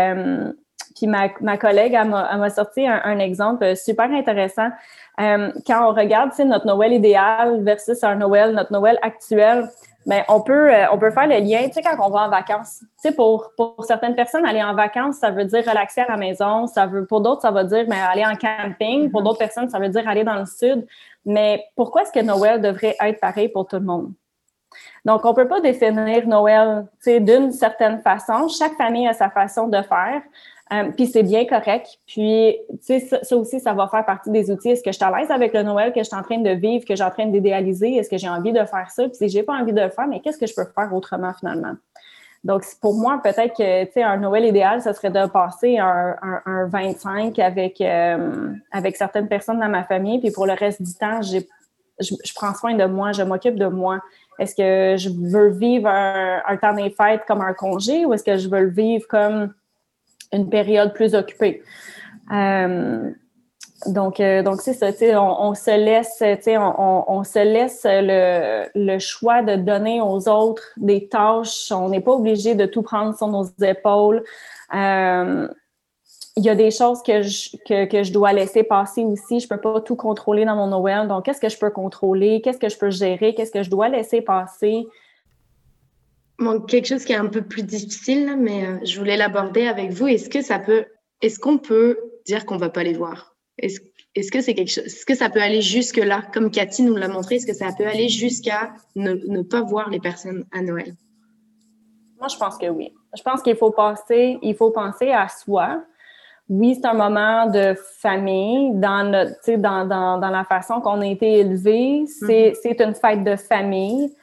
S4: ma collègue, elle m'a sorti un exemple super intéressant. Quand on regarde notre Noël idéal versus notre Noël actuel, ben on peut faire le lien, tu sais, quand on va en vacances. Tu sais, pour certaines personnes, aller en vacances, ça veut dire relaxer à la maison. Pour d'autres, ça veut dire aller en camping. Pour d'autres personnes, ça veut dire aller dans le sud. Mais pourquoi est-ce que Noël devrait être pareil pour tout le monde? Donc, on peut pas définir Noël, tu sais, d'une certaine façon. Chaque famille a sa façon de faire. Puis c'est bien correct. Puis, tu sais, ça aussi, ça va faire partie des outils. Est-ce que je suis à l'aise avec le Noël que je suis en train de vivre, que je suis en train d'idéaliser? Est-ce que j'ai envie de faire ça? Puis si j'ai pas envie de le faire, mais qu'est-ce que je peux faire autrement finalement? Donc, pour moi, peut-être que, tu sais, un Noël idéal, ça serait de passer un 25 avec certaines personnes dans ma famille. Puis pour le reste du temps, je prends soin de moi, je m'occupe de moi. Est-ce que je veux vivre un temps des fêtes comme un congé ou est-ce que je veux le vivre comme une période plus occupée? Donc c'est ça, tu sais, on se laisse, tu sais, on se laisse le choix de donner aux autres des tâches. On n'est pas obligé de tout prendre sur nos épaules. Il y a des choses que je dois laisser passer aussi. Je peux pas tout contrôler dans mon Noël. Donc, qu'est-ce que je peux contrôler? Qu'est-ce que je peux gérer? Qu'est-ce que je dois laisser passer?
S2: Bon, quelque chose qui est un peu plus difficile, là, mais je voulais l'aborder avec vous. Est-ce qu'on peut dire qu'on va pas les voir? Est-ce que c'est quelque chose, est-ce que ça peut aller jusque-là, comme Cathy nous l'a montré, est-ce que ça peut aller jusqu'à ne pas voir les personnes à Noël?
S4: Moi, je pense que oui. Je pense qu'il faut penser à soi. Oui, c'est un moment de famille dans la façon qu'on a été élevé. C'est une fête de famille.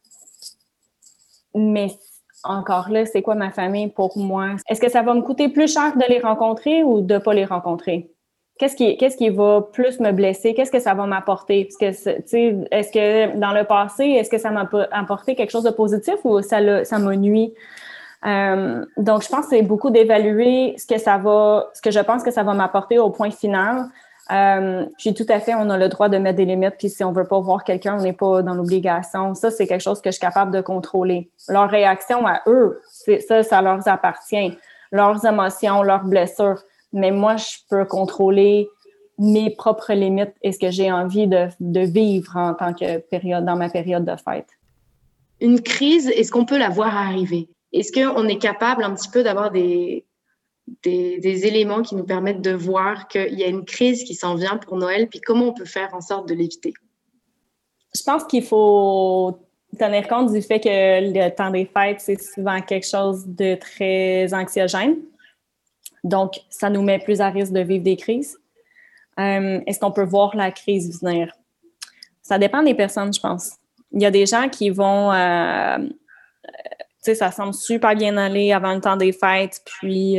S4: Mais encore là, c'est quoi ma famille pour moi? Est-ce que ça va me coûter plus cher de les rencontrer ou de pas les rencontrer? Qu'est-ce qui va plus me blesser? Qu'est-ce que ça va m'apporter? Parce que, tu sais, est-ce que dans le passé, est-ce que ça m'a apporté quelque chose de positif ou ça m'a nui? Donc, je pense que c'est beaucoup d'évaluer ce que je pense que ça va m'apporter au point final. Puis tout à fait, on a le droit de mettre des limites. Puis si on veut pas voir quelqu'un, on n'est pas dans l'obligation. Ça, c'est quelque chose que je suis capable de contrôler. Leur réaction à eux, ça leur appartient. Leurs émotions, leurs blessures. Mais moi, je peux contrôler mes propres limites et ce que j'ai envie de vivre en tant que dans ma période de fête.
S2: Une crise, est-ce qu'on peut la voir arriver? Est-ce qu'on est capable un petit peu d'avoir des éléments qui nous permettent de voir qu'il y a une crise qui s'en vient pour Noël, puis comment on peut faire en sorte de l'éviter?
S4: Je pense qu'il faut tenir compte du fait que le temps des fêtes, c'est souvent quelque chose de très anxiogène. Donc, ça nous met plus à risque de vivre des crises. Est-ce qu'on peut voir la crise venir? Ça dépend des personnes, je pense. Il y a des gens qui vont... tu sais, ça semble super bien aller avant le temps des fêtes, puis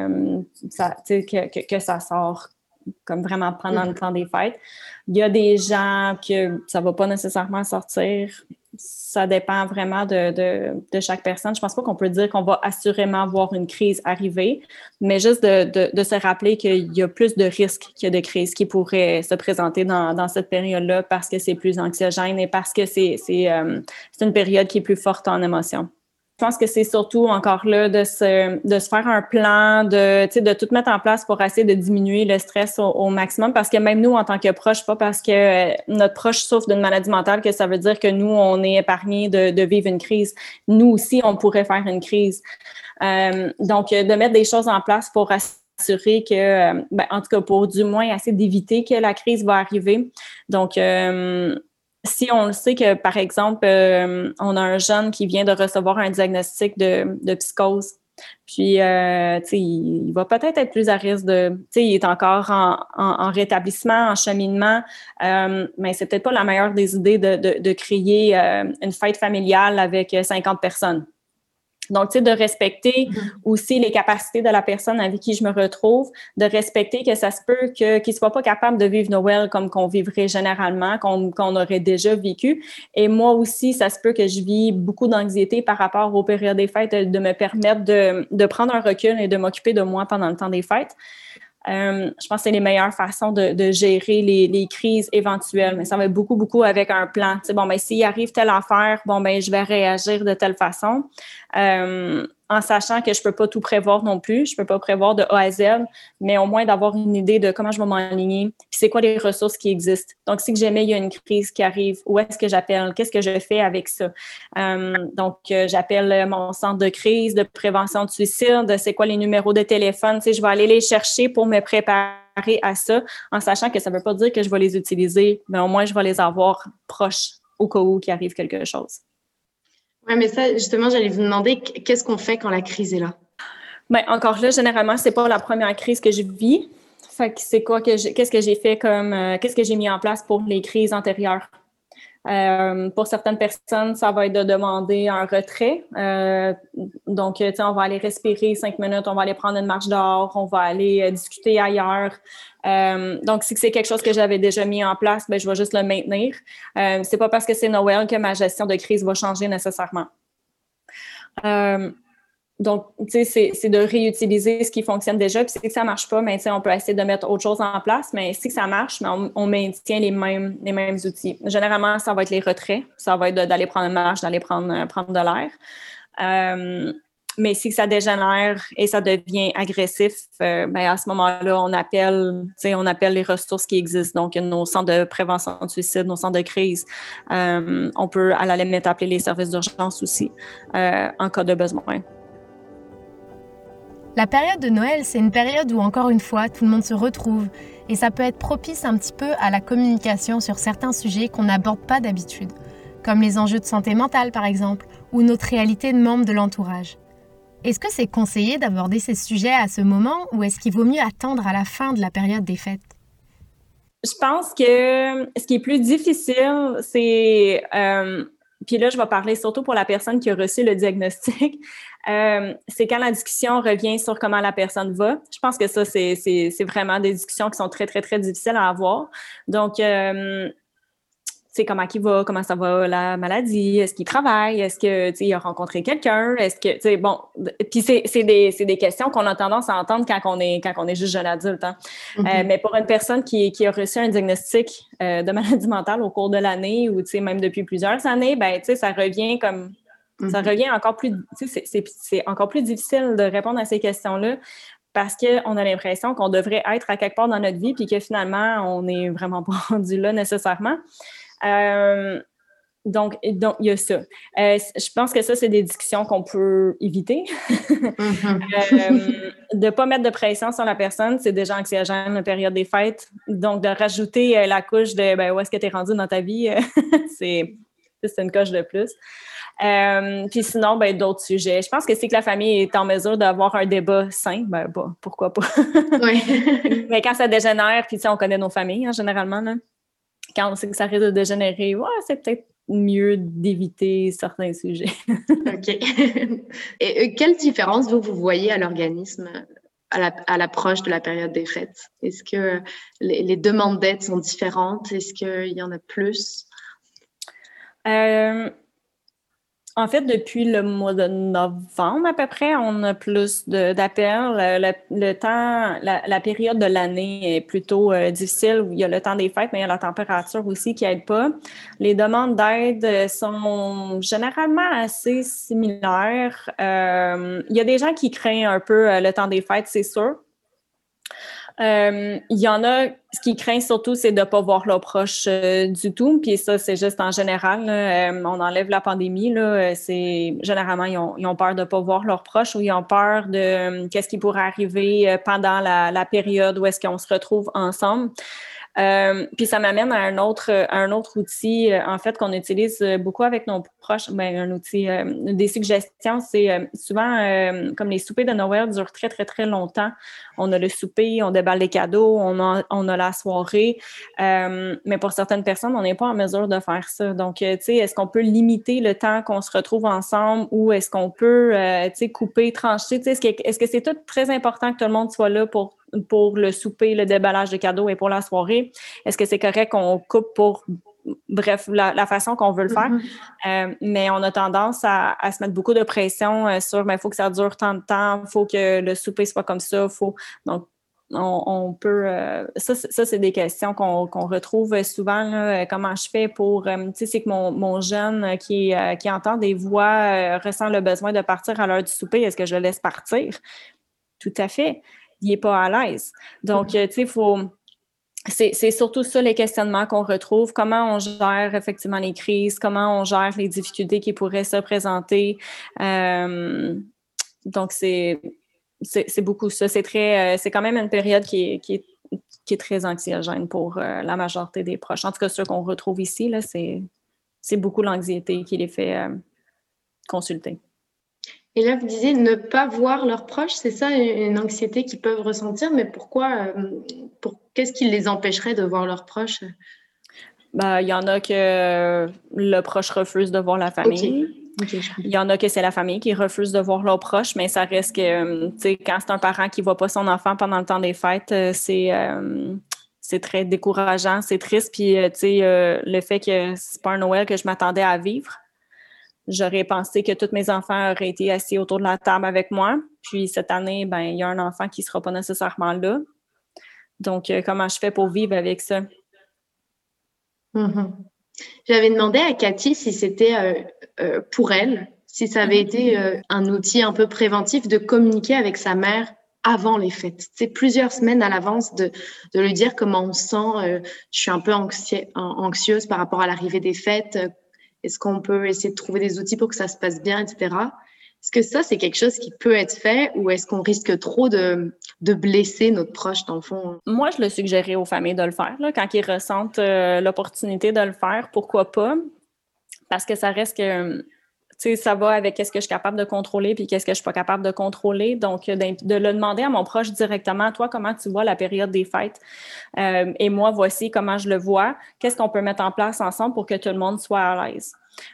S4: que ça sort comme vraiment pendant le temps des fêtes. Il y a des gens que ça va pas nécessairement sortir. Ça dépend vraiment de chaque personne. Je pense pas qu'on peut dire qu'on va assurément voir une crise arriver, mais juste de se rappeler qu'il y a plus de risques qu'il y a de crises qui pourraient se présenter dans cette période-là parce que c'est plus anxiogène et parce que c'est une période qui est plus forte en émotion. Je pense que c'est surtout encore là de se faire un plan, de tout mettre en place pour essayer de diminuer le stress au maximum parce que même nous, en tant que proches, pas parce que notre proche souffre d'une maladie mentale que ça veut dire que nous, on est épargnés de vivre une crise. Nous aussi, on pourrait faire une crise. Donc, de mettre des choses en place pour assurer que, en tout cas, pour du moins essayer d'éviter que la crise va arriver. Donc, si on le sait que, par exemple, on a un jeune qui vient de recevoir un diagnostic de psychose, puis, tu sais, il va peut-être être plus à risque tu sais, il est encore en rétablissement, en cheminement, mais c'est peut-être pas la meilleure des idées de créer une fête familiale avec 50 personnes. Donc, tu sais, de respecter aussi les capacités de la personne avec qui je me retrouve, de respecter que ça se peut qu'il ne soit pas capable de vivre Noël comme qu'on vivrait généralement, qu'on aurait déjà vécu. Et moi aussi, ça se peut que je vis beaucoup d'anxiété par rapport aux périodes des fêtes, de me permettre de prendre un recul et de m'occuper de moi pendant le temps des fêtes. Je pense que c'est les meilleures façons de gérer les crises éventuelles, mais ça va être beaucoup avec un plan. Tu sais, bon, ben s'il arrive telle affaire, bon, ben je vais réagir de telle façon, en sachant que je peux pas tout prévoir non plus, je peux pas prévoir de A à Z, mais au moins d'avoir une idée de comment je vais m'enligner, puis c'est quoi les ressources qui existent. Donc, si jamais il y a une crise qui arrive, où est-ce que j'appelle? Qu'est-ce que je fais avec ça? Donc, j'appelle mon centre de crise, de prévention de suicide, c'est quoi les numéros de téléphone? Tu sais, je vais aller les chercher pour me préparer à ça, en sachant que ça ne veut pas dire que je vais les utiliser, mais au moins, je vais les avoir proches au cas où qu'il arrive quelque chose.
S2: Oui, mais ça, justement, j'allais vous demander qu'est-ce qu'on fait quand la crise est là?
S4: Bien, encore là, généralement, c'est pas la première crise que je vis. Fait que c'est quoi qu'est-ce que j'ai fait qu'est-ce que j'ai mis en place pour les crises antérieures? Pour certaines personnes, ça va être de demander un retrait. Donc, tu sais, on va aller respirer 5 minutes, on va aller prendre une marche dehors, on va aller discuter ailleurs. Donc, si c'est quelque chose que j'avais déjà mis en place, ben je vais juste le maintenir. C'est pas parce que c'est Noël que ma gestion de crise va changer nécessairement. Donc, tu sais, c'est de réutiliser ce qui fonctionne déjà. Puis, si ça ne marche pas, mais on peut essayer de mettre autre chose en place. Mais si ça marche, mais on maintient les mêmes outils. Généralement, ça va être les retraits. Ça va être d'aller prendre une marche, d'aller prendre de l'air. Mais si ça dégénère et ça devient agressif, à ce moment-là, on appelle les ressources qui existent. Donc, nos centres de prévention de suicide, nos centres de crise. On peut, à la limite, appeler les services d'urgence aussi en cas de besoin.
S1: La période de Noël, c'est une période où, encore une fois, tout le monde se retrouve et ça peut être propice un petit peu à la communication sur certains sujets qu'on n'aborde pas d'habitude, comme les enjeux de santé mentale, par exemple, ou notre réalité de membre de l'entourage. Est-ce que c'est conseillé d'aborder ces sujets à ce moment ou est-ce qu'il vaut mieux attendre à la fin de la période des fêtes?
S4: Je pense que ce qui est plus difficile, c'est... puis là, je vais parler surtout pour la personne qui a reçu le diagnostic. C'est quand la discussion revient sur comment la personne va. Je pense que ça, c'est vraiment des discussions qui sont très, très, très difficiles à avoir. Donc, c'est comment il va, comment ça va la maladie, est-ce qu'il travaille, est-ce que il a rencontré quelqu'un, est-ce que bon, puis c'est des questions qu'on a tendance à entendre quand on est juste jeune adulte, hein. Mm-hmm. Mais pour une personne qui a reçu un diagnostic de maladie mentale au cours de l'année ou même depuis plusieurs années, ça revient comme ça revient encore plus, c'est encore plus difficile de répondre à ces questions-là. Parce qu'on a l'impression qu'on devrait être à quelque part dans notre vie puis que finalement, on n'est vraiment pas rendu là nécessairement. Donc, il y a ça. Je pense que ça, c'est des discussions qu'on peut éviter. De ne pas mettre de pression sur la personne, c'est déjà anxiogène la période des fêtes. Donc, de rajouter la couche de où est-ce que tu es rendu dans ta vie, c'est une coche de plus. Puis sinon, d'autres sujets. Je pense que si que la famille est en mesure d'avoir un débat sain, pourquoi pas. Oui. Mais quand ça dégénère, puis on connaît nos familles, hein, généralement, là, quand on sait que ça risque de dégénérer, c'est peut-être mieux d'éviter certains sujets.
S2: OK. Et quelle différence vous voyez à l'organisme à l'approche de la période des fêtes? Est-ce que les demandes d'aide sont différentes? Est-ce qu'il y en a plus?
S4: En fait, depuis le mois de novembre à peu près, on a plus d'appels. Le temps, la période de l'année est plutôt difficile où il y a le temps des fêtes, mais il y a la température aussi qui aide pas. Les demandes d'aide sont généralement assez similaires. Il y a des gens qui craignent un peu le temps des fêtes, c'est sûr. Il y en a, ce qu'ils craignent surtout, c'est de ne pas voir leurs proches du tout. Puis ça, c'est juste en général. On enlève la pandémie. Généralement, ils ont peur de ne pas voir leurs proches ou ils ont peur de qu'est-ce qui pourrait arriver pendant la période où est-ce qu'on se retrouve ensemble. Puis ça m'amène à un autre outil, en fait, qu'on utilise beaucoup avec nos proches. Un outil, des suggestions, c'est souvent comme les soupers de Noël durent très, très, très longtemps. On a le souper, on déballe les cadeaux, on a la soirée. Mais pour certaines personnes, on n'est pas en mesure de faire ça. Donc, est-ce qu'on peut limiter le temps qu'on se retrouve ensemble ou est-ce qu'on peut, couper, trancher? Est-ce que c'est tout très important que tout le monde soit là pour le souper, le déballage de cadeaux et pour la soirée? Est-ce que c'est correct qu'on coupe pour, bref, la façon qu'on veut le faire? Mais on a tendance à se mettre beaucoup de pression sur, il faut que ça dure tant de temps, il faut que le souper soit comme ça, donc, on peut... ça, c'est des questions qu'on retrouve souvent. Là, comment je fais pour... c'est que mon jeune qui entend des voix ressent le besoin de partir à l'heure du souper. Est-ce que je le laisse partir? Tout à fait. Il n'est pas à l'aise. Donc, c'est surtout ça les questionnements qu'on retrouve. Comment on gère effectivement les crises? Comment on gère les difficultés qui pourraient se présenter? Donc, c'est beaucoup ça. C'est quand même une période qui est très anxiogène pour la majorité des proches. En tout cas, ceux qu'on retrouve ici, là, c'est beaucoup l'anxiété qui les fait consulter.
S2: Et là, vous disiez ne pas voir leurs proches, c'est ça une anxiété qu'ils peuvent ressentir, mais pourquoi, qu'est-ce qui les empêcherait de voir leurs proches?
S4: Il y en a que le proche refuse de voir la famille. Okay, il y en a que c'est la famille qui refuse de voir leurs proches, mais ça reste que, quand c'est un parent qui ne voit pas son enfant pendant le temps des fêtes, c'est très décourageant, c'est triste. Puis, le fait que c'est pas un Noël que je m'attendais à vivre. j'aurais pensé que tous mes enfants auraient été assis autour de la table avec moi. Puis cette année, ben il y a un enfant qui ne sera pas nécessairement là. Donc, comment je fais pour vivre avec ça?
S2: Mm-hmm. J'avais demandé à Cathy si c'était pour elle, si ça avait été un outil un peu préventif de communiquer avec sa mère avant les fêtes. C'est plusieurs semaines à l'avance de lui dire comment on se sent. Je suis un peu anxieuse par rapport à l'arrivée des fêtes. Est-ce qu'on peut essayer de trouver des outils pour que ça se passe bien, etc. Est-ce que ça, c'est quelque chose qui peut être fait ou est-ce qu'on risque trop de blesser notre proche dans le fond?
S4: Moi, je le suggérais aux familles de le faire. Là, quand ils ressentent l'opportunité de le faire, pourquoi pas? Parce que ça reste que, tu sais, ça va avec qu'est-ce que je suis capable de contrôler puis qu'est-ce que je suis pas capable de contrôler. Donc, de le demander à mon proche directement, toi, comment tu vois la période des fêtes? Et moi, voici comment je le vois. Qu'est-ce qu'on peut mettre en place ensemble pour que tout le monde soit à l'aise?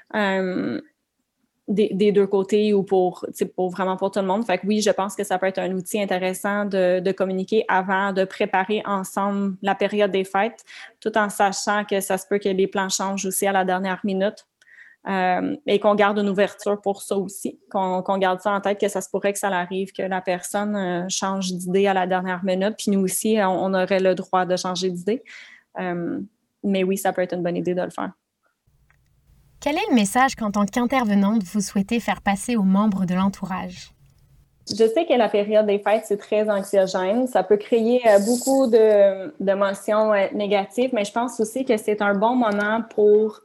S4: Des deux côtés ou pour vraiment pour tout le monde. Fait que oui, je pense que ça peut être un outil intéressant de communiquer avant, de préparer ensemble la période des fêtes, tout en sachant que ça se peut que les plans changent aussi à la dernière minute. Et qu'on garde une ouverture pour ça aussi, qu'on garde ça en tête, que ça se pourrait que ça arrive, que la personne change d'idée à la dernière minute, puis nous aussi, on aurait le droit de changer d'idée. Mais oui, ça peut être une bonne idée de le faire.
S1: Quel est le message qu'en tant qu'intervenante, vous souhaitez faire passer aux membres de l'entourage?
S4: Je sais que la période des fêtes, c'est très anxiogène. Ça peut créer beaucoup d'émotions négatives, mais je pense aussi que c'est un bon moment pour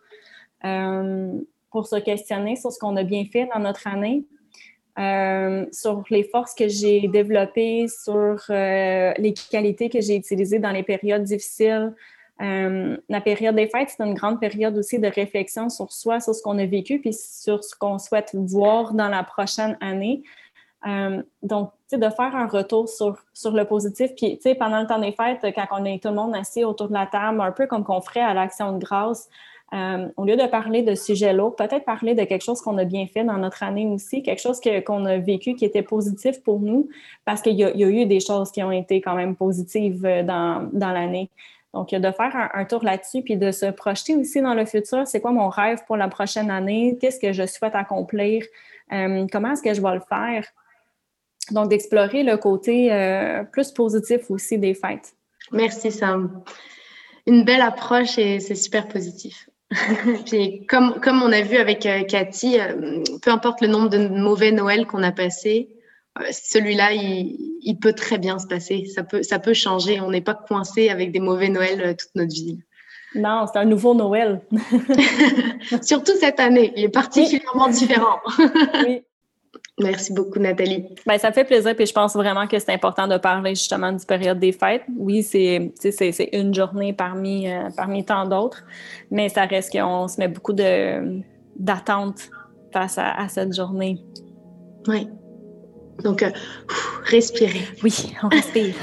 S4: se questionner sur ce qu'on a bien fait dans notre année, sur les forces que j'ai développées, sur les qualités que j'ai utilisées dans les périodes difficiles. La période des fêtes, c'est une grande période aussi de réflexion sur soi, sur ce qu'on a vécu, puis sur ce qu'on souhaite voir dans la prochaine année. Donc, tu sais, de faire un retour sur le positif. Puis, tu sais, pendant le temps des fêtes, quand on est tout le monde assis autour de la table, un peu comme qu'on ferait à l'Action de grâce, au lieu de parler de sujets lourds, peut-être parler de quelque chose qu'on a bien fait dans notre année aussi, quelque chose qu'on a vécu qui était positif pour nous, parce qu'il y a eu des choses qui ont été quand même positives dans l'année. Donc, de faire un tour là-dessus, puis de se projeter aussi dans le futur. C'est quoi mon rêve pour la prochaine année? Qu'est-ce que je souhaite accomplir? Comment est-ce que je vais le faire? Donc, d'explorer le côté plus positif aussi des fêtes.
S2: Merci, Sam. Une belle approche et c'est super positif. Puis, comme on a vu avec Cathy, peu importe le nombre de mauvais Noël qu'on a passés, celui-là, il peut très bien se passer. Ça peut changer. On n'est pas coincé avec des mauvais Noël toute notre vie.
S4: Non, c'est un nouveau Noël.
S2: Surtout cette année. Il est particulièrement différent.
S4: Oui.
S2: Merci beaucoup, Nathalie.
S4: Ben, ça me fait plaisir. Puis je pense vraiment que c'est important de parler justement du période des fêtes. Oui, c'est une journée parmi tant d'autres. Mais ça reste qu'on se met beaucoup d'attentes face à cette journée.
S2: Oui. Donc, respirez.
S4: Oui, on respire.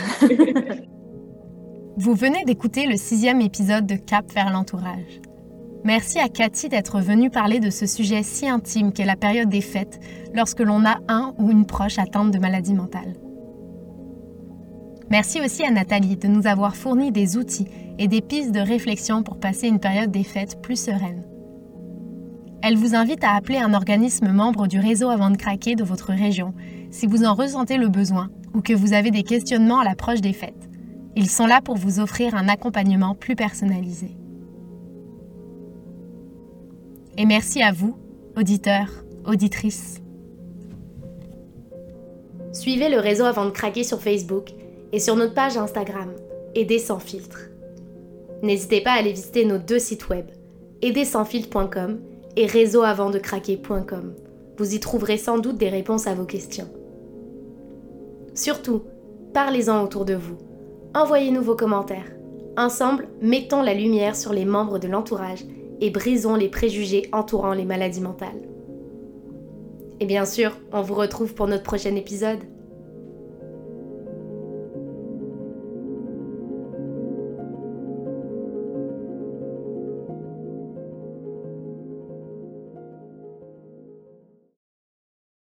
S1: Vous venez d'écouter le 6e épisode de Cap vers l'entourage. Merci à Cathy d'être venue parler de ce sujet si intime qu'est la période des fêtes lorsque l'on a un ou une proche atteinte de maladie mentale. Merci aussi à Nathalie de nous avoir fourni des outils et des pistes de réflexion pour passer une période des fêtes plus sereine. Elle vous invite à appeler un organisme membre du réseau Avant de craquer de votre région si vous en ressentez le besoin ou que vous avez des questionnements à l'approche des fêtes. Ils sont là pour vous offrir un accompagnement plus personnalisé. Et merci à vous, auditeurs, auditrices. Suivez le réseau Avant de craquer sur Facebook et sur notre page Instagram, Aider sans filtre. N'hésitez pas à aller visiter nos 2 sites web, aidersansfiltre.com et réseauavantdecraquer.com. Vous y trouverez sans doute des réponses à vos questions. Surtout, parlez-en autour de vous. Envoyez-nous vos commentaires. Ensemble, mettons la lumière sur les membres de l'entourage et brisons les préjugés entourant les maladies mentales. Et bien sûr, on vous retrouve pour notre prochain épisode.